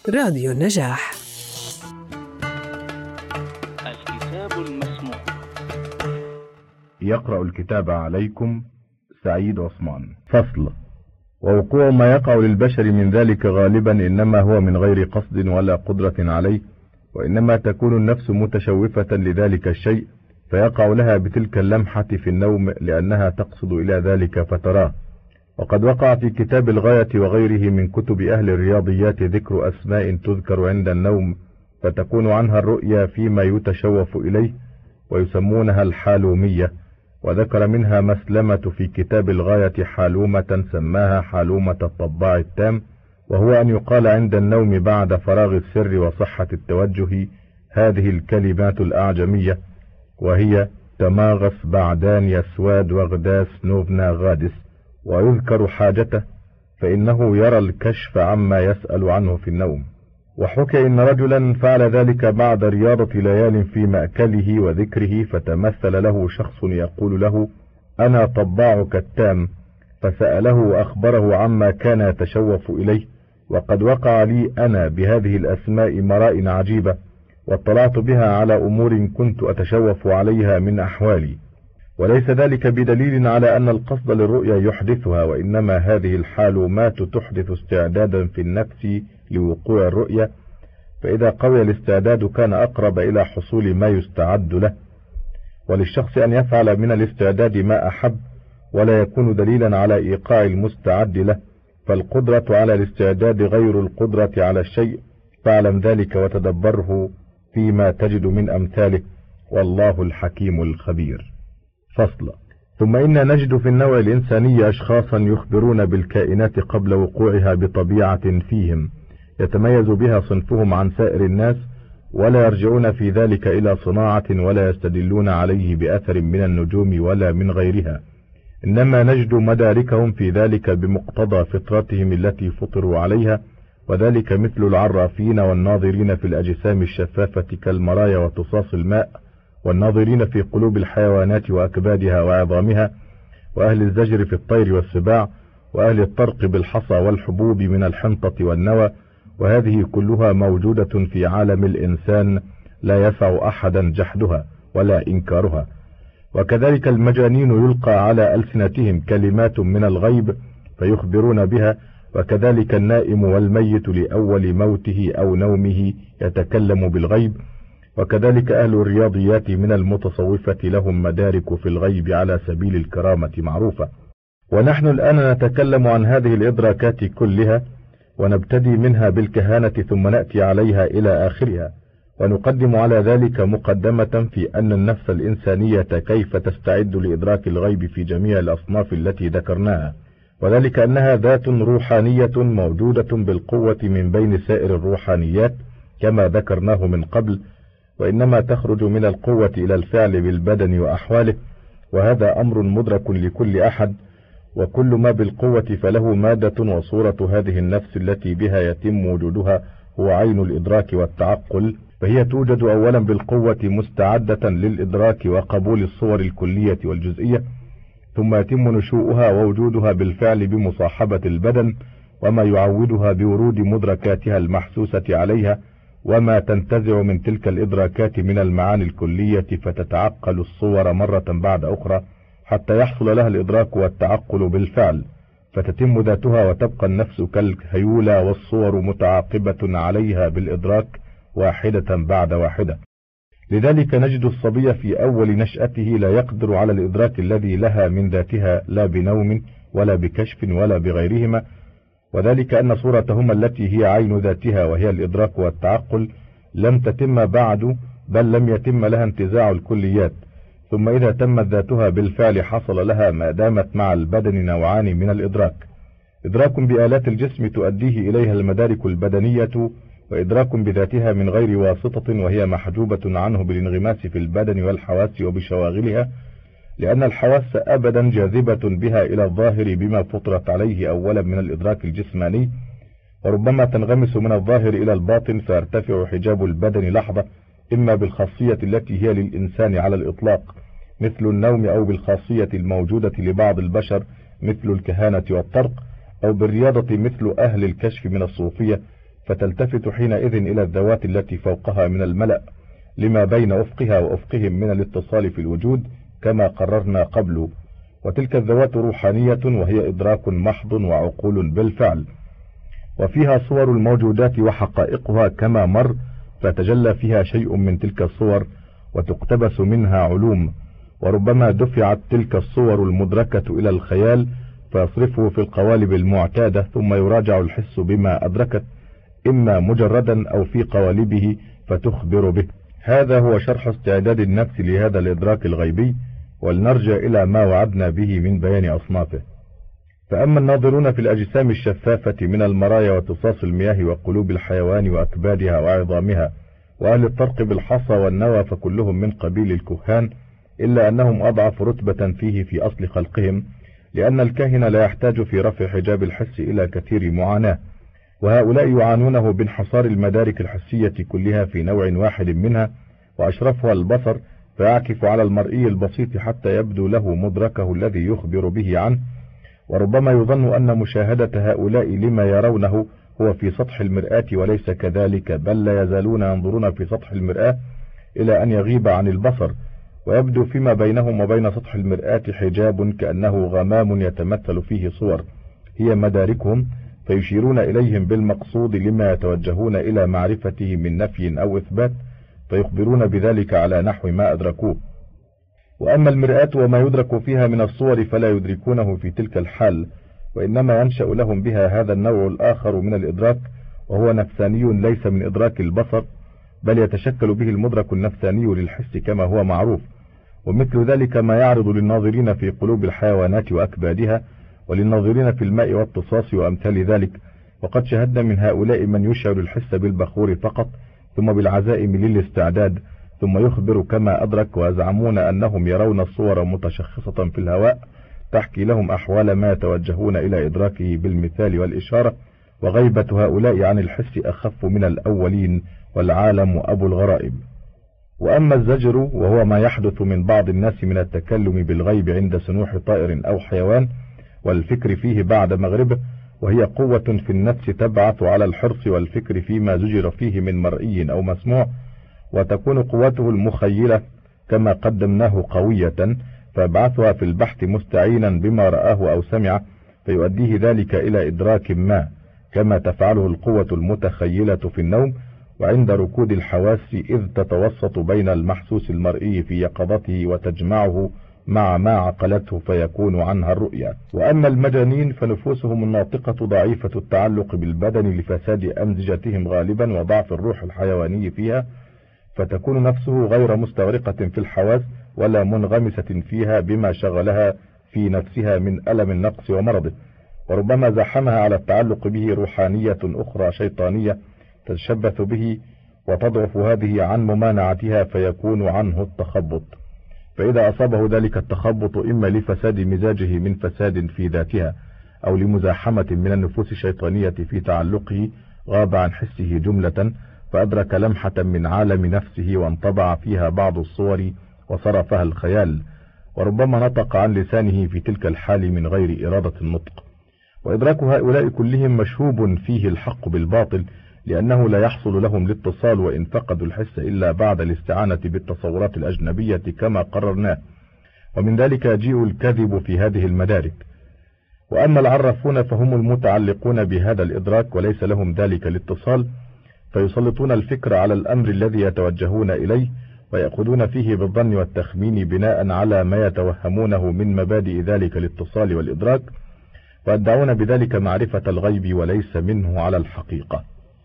راديو النجاح. الكتاب المسموع. يقرأ الكتاب عليكم سعيد عثمان. فصل. ووقوع ما يقع للبشر من ذلك غالبا إنما هو من غير قصد ولا قدرة عليه، وإنما تكون النفس متشوفة لذلك الشيء فيقع لها بتلك اللمحة في النوم لأنها تقصد إلى ذلك فتراه. وقد وقع في كتاب الغاية وغيره من كتب أهل الرياضيات ذكر أسماء تذكر عند النوم فتكون عنها الرؤيا فيما يتشوف إليه ويسمونها الحالومية، وذكر منها مسلمة في كتاب الغاية حالومة سماها حالومة الطباع التام، وهو أن يقال عند النوم بعد فراغ السر وصحة التوجه هذه الكلمات الأعجمية، وهي تماغص بعدان يسواد وغداس نوفنا غادس، ويذكر حاجته فإنه يرى الكشف عما يسأل عنه في النوم. وحكي إن رجلا فعل ذلك بعد رياضة ليال في مأكله وذكره، فتمثل له شخص يقول له: أنا طباعك التام، فسأله وأخبره عما كان يتشوف إليه. وقد وقع لي أنا بهذه الأسماء مراء عجيبة، واطلعت بها على أمور كنت أتشوف عليها من أحوالي، وليس ذلك بدليل على أن القصد للرؤيا يحدثها، وإنما هذه الحالومات تحدث استعدادا في النفس لوقوع الرؤيا، فإذا قوي الاستعداد كان أقرب إلى حصول ما يستعد له، وللشخص أن يفعل من الاستعداد ما أحب ولا يكون دليلا على إيقاع المستعد له، فالقدرة على الاستعداد غير القدرة على الشيء، فاعلم ذلك وتدبره فيما تجد من أمثاله، والله الحكيم الخبير. فصل. ثم إن نجد في النوع الإنساني أشخاصا يخبرون بالكائنات قبل وقوعها بطبيعة فيهم يتميز بها صنفهم عن سائر الناس، ولا يرجعون في ذلك إلى صناعة ولا يستدلون عليه بأثر من النجوم ولا من غيرها، إنما نجد مداركهم في ذلك بمقتضى فطرتهم التي فطروا عليها، وذلك مثل العرافين والناظرين في الأجسام الشفافة كالمرايا وتصاص الماء، والناظرين في قلوب الحيوانات وأكبادها وعظامها، وأهل الزجر في الطير والسباع، وأهل الطرق بالحصى والحبوب من الحنطة والنوى، وهذه كلها موجودة في عالم الإنسان لا يسع أحدا جحدها ولا إنكارها. وكذلك المجانين يلقى على ألسنتهم كلمات من الغيب فيخبرون بها، وكذلك النائم والميت لأول موته أو نومه يتكلم بالغيب، وكذلك أهل الرياضيات من المتصوفة لهم مدارك في الغيب على سبيل الكرامة معروفة. ونحن الآن نتكلم عن هذه الإدراكات كلها، ونبتدي منها بالكهانة ثم نأتي عليها إلى آخرها، ونقدم على ذلك مقدمة في أن النفس الإنسانية كيف تستعد لإدراك الغيب في جميع الأصناف التي ذكرناها، وذلك أنها ذات روحانية موجودة بالقوة من بين سائر الروحانيات كما ذكرناه من قبل، وإنما تخرج من القوة إلى الفعل بالبدن وأحواله، وهذا أمر مدرك لكل أحد، وكل ما بالقوة فله مادة وصورة. هذه النفس التي بها يتم وجودها هو عين الإدراك والتعقل، فهي توجد أولا بالقوة مستعدة للإدراك وقبول الصور الكلية والجزئية، ثم يتم نشوؤها ووجودها بالفعل بمصاحبة البدن وما يعودها بورود مدركاتها المحسوسة عليها، وما تنتزع من تلك الإدراكات من المعاني الكلية فتتعقل الصور مرة بعد أخرى حتى يحصل لها الإدراك والتعقل بالفعل، فتتم ذاتها وتبقى النفس كالهيولى والصور متعاقبة عليها بالإدراك واحدة بعد واحدة. لذلك نجد الصبي في أول نشأته لا يقدر على الإدراك الذي لها من ذاتها لا بنوم ولا بكشف ولا بغيرهما، وذلك أن صورتهما التي هي عين ذاتها وهي الإدراك والتعقل لم تتم بعد، بل لم يتم لها انتزاع الكليات، ثم إذا تمت ذاتها بالفعل حصل لها ما دامت مع البدن نوعان من الإدراك: إدراك بآلات الجسم تؤديه إليها المدارك البدنية، وإدراك بذاتها من غير واسطة وهي محجوبة عنه بالانغماس في البدن والحواس وبشواغلها، لأن الحواس أبدا جاذبة بها إلى الظاهر بما فطرت عليه أولا من الإدراك الجسماني، وربما تنغمس من الظاهر إلى الباطن فيرتفع حجاب البدن لحظة، إما بالخاصية التي هي للإنسان على الإطلاق مثل النوم، أو بالخاصية الموجودة لبعض البشر مثل الكهانة والطرق، أو بالرياضة مثل أهل الكشف من الصوفية، فتلتفت حينئذ إلى الذوات التي فوقها من الملأ لما بين أفقها وأفقهم من الاتصال في الوجود كما قررنا قبل، وتلك الذوات روحانية وهي إدراك محض وعقول بالفعل، وفيها صور الموجودات وحقائقها كما مر، فتجلى فيها شيء من تلك الصور وتقتبس منها علوم، وربما دفعت تلك الصور المدركة إلى الخيال فيصرفه في القوالب المعتادة، ثم يراجع الحس بما أدركت إما مجردا أو في قوالبه فتخبر به. هذا هو شرح استعداد النفس لهذا الإدراك الغيبي، ولنرجع إلى ما وعدنا به من بيان أصنافه. فأما الناظرون في الأجسام الشفافة من المرايا وتصاص المياه وقلوب الحيوان وأكبادها وعظامها وأهل الطرق بالحصى والنوى فكلهم من قبيل الكهان، إلا أنهم أضعف رتبة فيه في أصل خلقهم، لأن الكاهن لا يحتاج في رفع حجاب الحس إلى كثير معاناة، وهؤلاء يعانونه بانحصار المدارك الحسية كلها في نوع واحد منها، وأشرفها البصر، فيعكف على المرئي البسيط حتى يبدو له مدركه الذي يخبر به عنه. وربما يظن أن مشاهدة هؤلاء لما يرونه هو في سطح المرآة، وليس كذلك، بل لا يزالون ينظرون في سطح المرآة إلى أن يغيب عن البصر، ويبدو فيما بينهم وبين سطح المرآة حجاب كأنه غمام يتمثل فيه صور هي مداركهم، فيشيرون إليهم بالمقصود لما يتوجهون إلى معرفته من نفي أو إثبات، فيخبرون بذلك على نحو ما أدركوه. وأما المرآة وما يدرك فيها من الصور فلا يدركونه في تلك الحال، وإنما ينشأ لهم بها هذا النوع الآخر من الإدراك، وهو نفساني ليس من إدراك البصر، بل يتشكل به المدرك النفساني للحس كما هو معروف. ومثل ذلك ما يعرض للناظرين في قلوب الحيوانات وأكبادها، وللناظرين في الماء والتصاص وأمثال ذلك. وقد شهدنا من هؤلاء من يشعر الحس بالبخور فقط، ثم بالعزائم للاستعداد، ثم يخبر كما أدرك، ويزعمون أنهم يرون الصور متشخصة في الهواء تحكي لهم أحوال ما يتوجهون إلى إدراكه بالمثال والإشارة. وغيبة هؤلاء عن الحس أخف من الأولين، والعالم أبو الغرائب. وأما الزجر وهو ما يحدث من بعض الناس من التكلم بالغيب عند سنوح طائر أو حيوان، والفكر فيه بعد مغربه، وهي قوة في النفس تبعث على الحرص والفكر فيما زجر فيه من مرئي أو مسموع، وتكون قوته المخيلة كما قدمناه قوية، فيبعثها في البحث مستعينا بما رآه أو سمع، فيؤديه ذلك إلى إدراك ما، كما تفعله القوة المتخيلة في النوم وعند ركود الحواس، إذ تتوسط بين المحسوس المرئي في يقظته وتجمعه مع ما عقلته فيكون عنها الرؤيا. وأما المجانين فنفوسهم الناطقة ضعيفة التعلق بالبدن لفساد أمزجتهم غالبا وضعف الروح الحيواني فيها، فتكون نفسه غير مستغرقة في الحواس ولا منغمسة فيها بما شغلها في نفسها من ألم النقص ومرضه، وربما زحمها على التعلق به روحانية أخرى شيطانية تتشبث به، وتضعف هذه عن ممانعتها فيكون عنه التخبط. فإذا أصابه ذلك التخبط إما لفساد مزاجه من فساد في ذاتها، أو لمزاحمة من النفوس الشيطانية في تعلقه، غاب عن حسه جملة، فأدرك لمحة من عالم نفسه وانطبع فيها بعض الصور وصرفها الخيال، وربما نطق عن لسانه في تلك الحال من غير إرادة النطق. وإدراك هؤلاء كلهم مشهوب فيه الحق بالباطل، لأنه لا يحصل لهم الاتصال وإن فقدوا الحس إلا بعد الاستعانة بالتصورات الأجنبية كما قررناه، ومن ذلك يجيء الكذب في هذه المدارك. وأما العرافون فهم المتعلقون بهذا الإدراك وليس لهم ذلك الاتصال، فيسلطون الفكر على الأمر الذي يتوجهون إليه، ويأخذون فيه بالظن والتخمين بناء على ما يتوهمونه من مبادئ ذلك الاتصال والإدراك، ويدعون بذلك معرفة الغيب وليس منه على الحقيقة.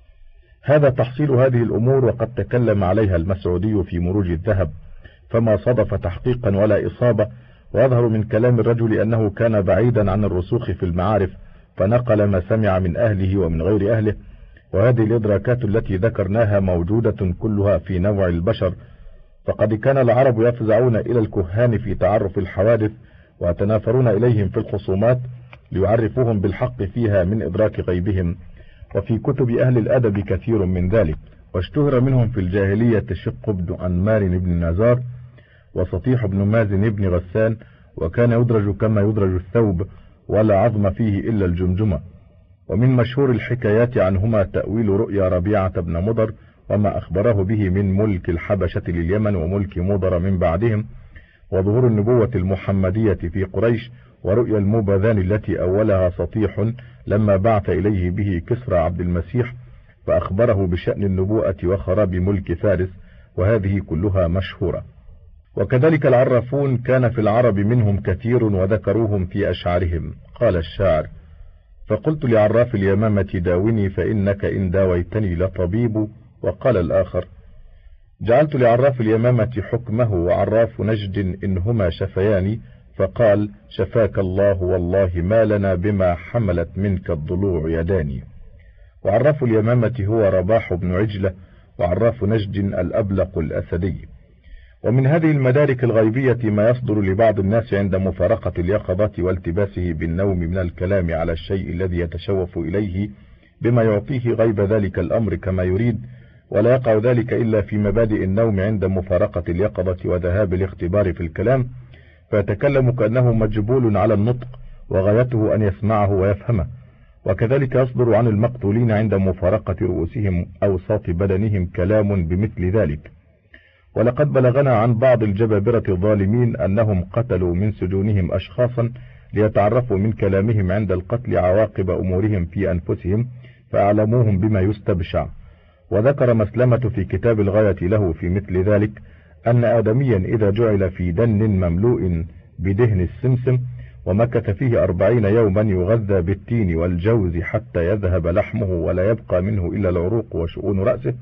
هذا تحصيل هذه الأمور، وقد تكلم عليها المسعودي في مروج الذهب، فما صدف تحقيقا ولا إصابة. ويظهر من كلام الرجل أنه كان بعيدا عن الرسوخ في المعارف، فنقل ما سمع من أهله ومن غير أهله. وهذه الإدراكات التي ذكرناها موجودة كلها في نوع البشر، فقد كان العرب يفزعون إلى الكهان في تعرف الحوادث، ويتنافرون إليهم في الخصومات ليعرفوهم بالحق فيها من إدراك غيبهم، وفي كتب أهل الأدب كثير من ذلك. واشتهر منهم في الجاهلية شق بن أنمار بن نزار، وسطيح بن مازن بن غسان، وكان يدرج كما يدرج الثوب، ولا عظم فيه إلا الجمجمة. ومن مشهور الحكايات عنهما تأويل رؤيا ربيعة بن مضر وما أخبره به من ملك الحبشة لليمن وملك مضر من بعدهم، وظهور النبوة المحمدية في قريش، ورؤيا الموبذان التي أولها سطيح لما بعث إليه به كسرى عبد المسيح فأخبره بشأن النبوءة وخراب ملك فارس، وهذه كلها مشهورة. وكذلك العرافون كان في العرب منهم كثير وذكروهم في أشعارهم. قال الشاعر: فقلت لعراف اليمامة داوني فإنك إن داويتني لطبيب. وقال الآخر: جعلت لعراف اليمامة حكمه وعراف نجد إنهما شفيان، فقال: شفاك الله والله ما لنا بما حملت منك الضلوع يداني. وعراف اليمامة هو رباح بن عجلة، وعراف نجد الأبلق الأسدي. ومن هذه المدارك الغيبية ما يصدر لبعض الناس عند مفارقة اليقظة والتباسه بالنوم من الكلام على الشيء الذي يتشوف إليه بما يعطيه غيب ذلك الأمر كما يريد، ولا يقع ذلك إلا في مبادئ النوم عند مفارقة اليقظة وذهاب الاختبار في الكلام، فيتكلم كأنه مجبول على النطق وغايته أن يسمعه ويفهمه. وكذلك يصدر عن المقتولين عند مفارقة رؤوسهم أوساط بدنهم كلام بمثل ذلك. ولقد بلغنا عن بعض الجبابرة الظالمين أنهم قتلوا من سجونهم أشخاصا ليتعرفوا من كلامهم عند القتل عواقب أمورهم في أنفسهم فأعلموهم بما يستبشع. وذكر مسلمة في كتاب الغاية له في مثل ذلك أن آدميا إذا جعل في دن مملوء بدهن السمسم ومكث فيه 40 يوما يغذى بالتين والجوز حتى يذهب لحمه ولا يبقى منه إلا العروق وشؤون رأسه،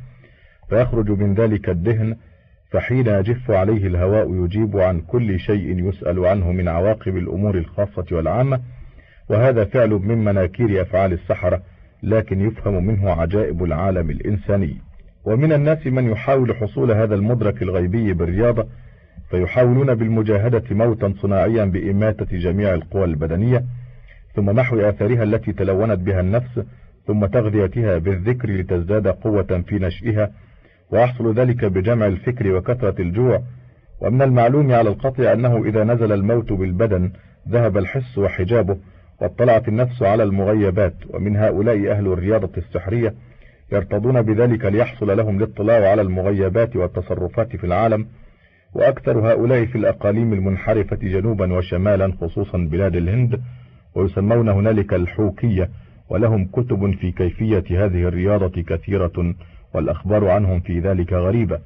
فيخرج من ذلك الدهن، فحين يجف عليه الهواء يجيب عن كل شيء يسأل عنه من عواقب الأمور الخاصة والعامة. وهذا فعل من مناكير أفعال السحرة، لكن يفهم منه عجائب العالم الإنساني. ومن الناس من يحاول حصول هذا المدرك الغيبي بالرياضة، فيحاولون بالمجاهدة موتا صناعيا بإماتة جميع القوى البدنية، ثم محو آثارها التي تلونت بها النفس، ثم تغذيتها بالذكر لتزداد قوة في نشئها، ويحصل ذلك بجمع الفكر وكثرة الجوع. ومن المعلوم على القطع أنه إذا نزل الموت بالبدن ذهب الحس وحجابه واطلعت النفس على المغيبات. ومن هؤلاء أهل الرياضة السحرية يرتضون بذلك ليحصل لهم الاطلاع على المغيبات والتصرفات في العالم، وأكثر هؤلاء في الأقاليم المنحرفة جنوبا وشمالا خصوصا بلاد الهند، ويسمون هنالك الحوكية، ولهم كتب في كيفية هذه الرياضة كثيرة، والأخبار عنهم في ذلك غريبة.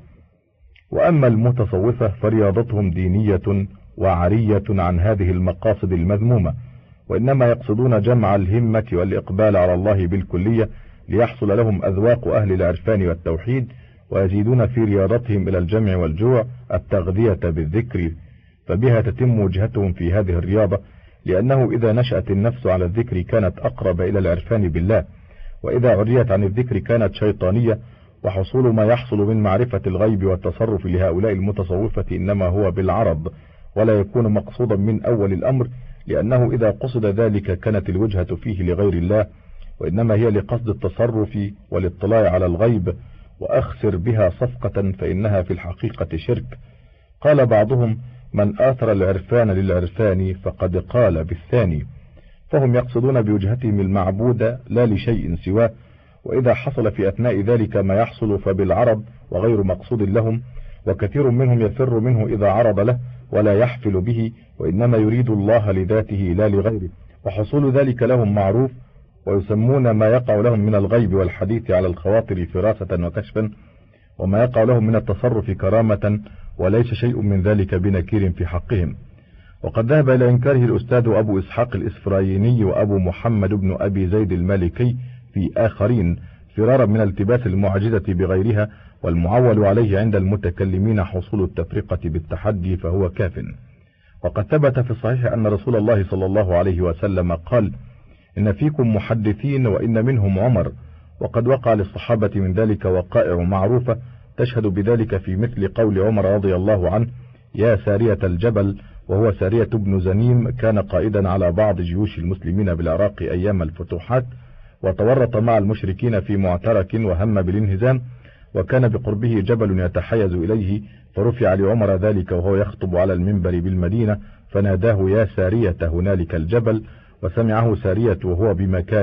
وأما المتصوفة فرياضتهم دينية وعرية عن هذه المقاصد المذمومة، وإنما يقصدون جمع الهمة والإقبال على الله بالكلية ليحصل لهم أذواق أهل العرفان والتوحيد، ويزيدون في رياضتهم إلى الجمع والجوع التغذية بالذكر، فبها تتم وجهتهم في هذه الرياضة، لأنه إذا نشأت النفس على الذكر كانت أقرب إلى العرفان بالله، وإذا عريت عن الذكر كانت شيطانية. وحصول ما يحصل من معرفة الغيب والتصرف لهؤلاء المتصوفة إنما هو بالعرض، ولا يكون مقصودا من أول الأمر، لأنه إذا قصد ذلك كانت الوجهة فيه لغير الله، وإنما هي لقصد التصرف والاطلاع على الغيب، وأخسر بها صفقة فإنها في الحقيقة شرك. قال بعضهم: من آثر العرفان للعرفان فقد قال بالثاني. فهم يقصدون بوجهتهم المعبودة لا لشيء سواه، وإذا حصل في أثناء ذلك ما يحصل فبالعرض وغير مقصود لهم، وكثير منهم يفر منه إذا عرض له ولا يحفل به، وإنما يريد الله لذاته لا لغيره، وحصول ذلك لهم معروف، ويسمون ما يقع لهم من الغيب والحديث على الخواطر فراسة وكشفا، وما يقع لهم من التصرف كرامة، وليس شيء من ذلك بنكير في حقهم. وقد ذهب إلى إنكاره الأستاذ أبو إسحاق الإسفرايني وأبو محمد بن أبي زيد المالكي في آخرين، فرارا من التباس المعجزة بغيرها، والمعول عليه عند المتكلمين حصول التفرقة بالتحدي فهو كاف. وقد ثبت في الصحيح أن رسول الله صلى الله عليه وسلم قال: إن فيكم محدثين وإن منهم عمر. وقد وقع للصحابة من ذلك وقائع معروفة تشهد بذلك، في مثل قول عمر رضي الله عنه: يا سارية الجبل، وهو سارية بن زنيم، كان قائدا على بعض جيوش المسلمين بالعراق أيام الفتوحات، وتورط مع المشركين في معترك وهم بالانهزام، وكان بقربه جبل يتحيز إليه، فرفع لعمر ذلك وهو يخطب على المنبر بالمدينة، فناداه: يا سارية هنالك الجبل، وسمعه سارية وهو بمكانه،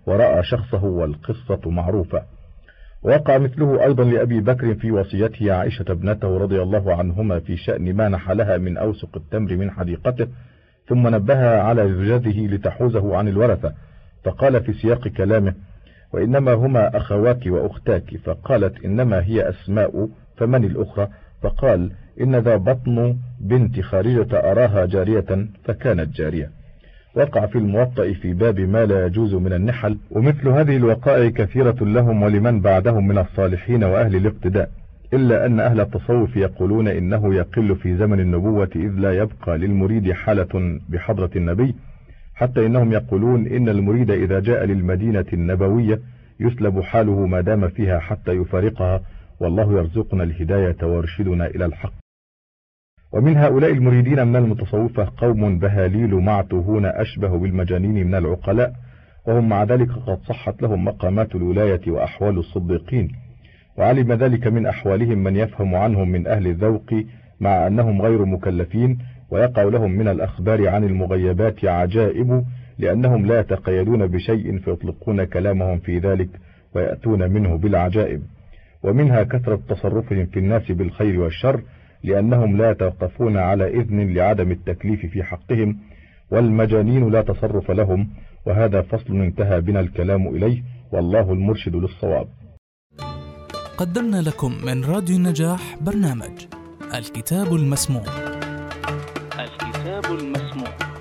ورأى شخصه والقصة معروفة. وقع مثله أيضا لأبي بكر في وصيته عائشة ابنته رضي الله عنهما في شأن ما نحلها من أوسق التمر من حديقته، ثم نبهها على زوجته لتحوزه عن الورثة، فقال في سياق كلامه: وإنما هما أخواك وأختاك، فقالت: إنما هي أسماء، فمن الأخرى؟ فقال: إن ذا بطن بنت خارجة أراها جارية، فكانت جارية. وقع في الموطأ في باب ما لا يجوز من النحل. ومثل هذه الوقائع كثيرة لهم ولمن بعدهم من الصالحين وأهل الاقتداء، إلا أن أهل التصوف يقولون إنه يقل في زمن النبوة، إذ لا يبقى للمريد حالة بحضرة النبي، حتى إنهم يقولون إن المريد إذا جاء للمدينة النبوية يسلب حاله ما دام فيها حتى يفارقها، والله يرزقنا الهداية ويرشدنا إلى الحق. ومن هؤلاء المريدين من المتصوفة قوم بهاليل معتوهون أشبه بالمجانين من العقلاء، وهم مع ذلك قد صحت لهم مقامات الولاية وأحوال الصديقين، وعلم ذلك من أحوالهم من يفهم عنهم من أهل الذوق، مع أنهم غير مكلفين، ويقع لهم من الأخبار عن المغيبات عجائب، لأنهم لا يتقيدون بشيء فيطلقون كلامهم في ذلك ويأتون منه بالعجائب. ومنها كثرة تصرفهم في الناس بالخير والشر، لأنهم لا يتوقفون على إذن لعدم التكليف في حقهم، والمجانين لا تصرف لهم. وهذا فصل انتهى بنا الكلام إليه، والله المرشد للصواب. قدمنا لكم من راديو النجاح برنامج الكتاب المسموع. الكتاب المسموع.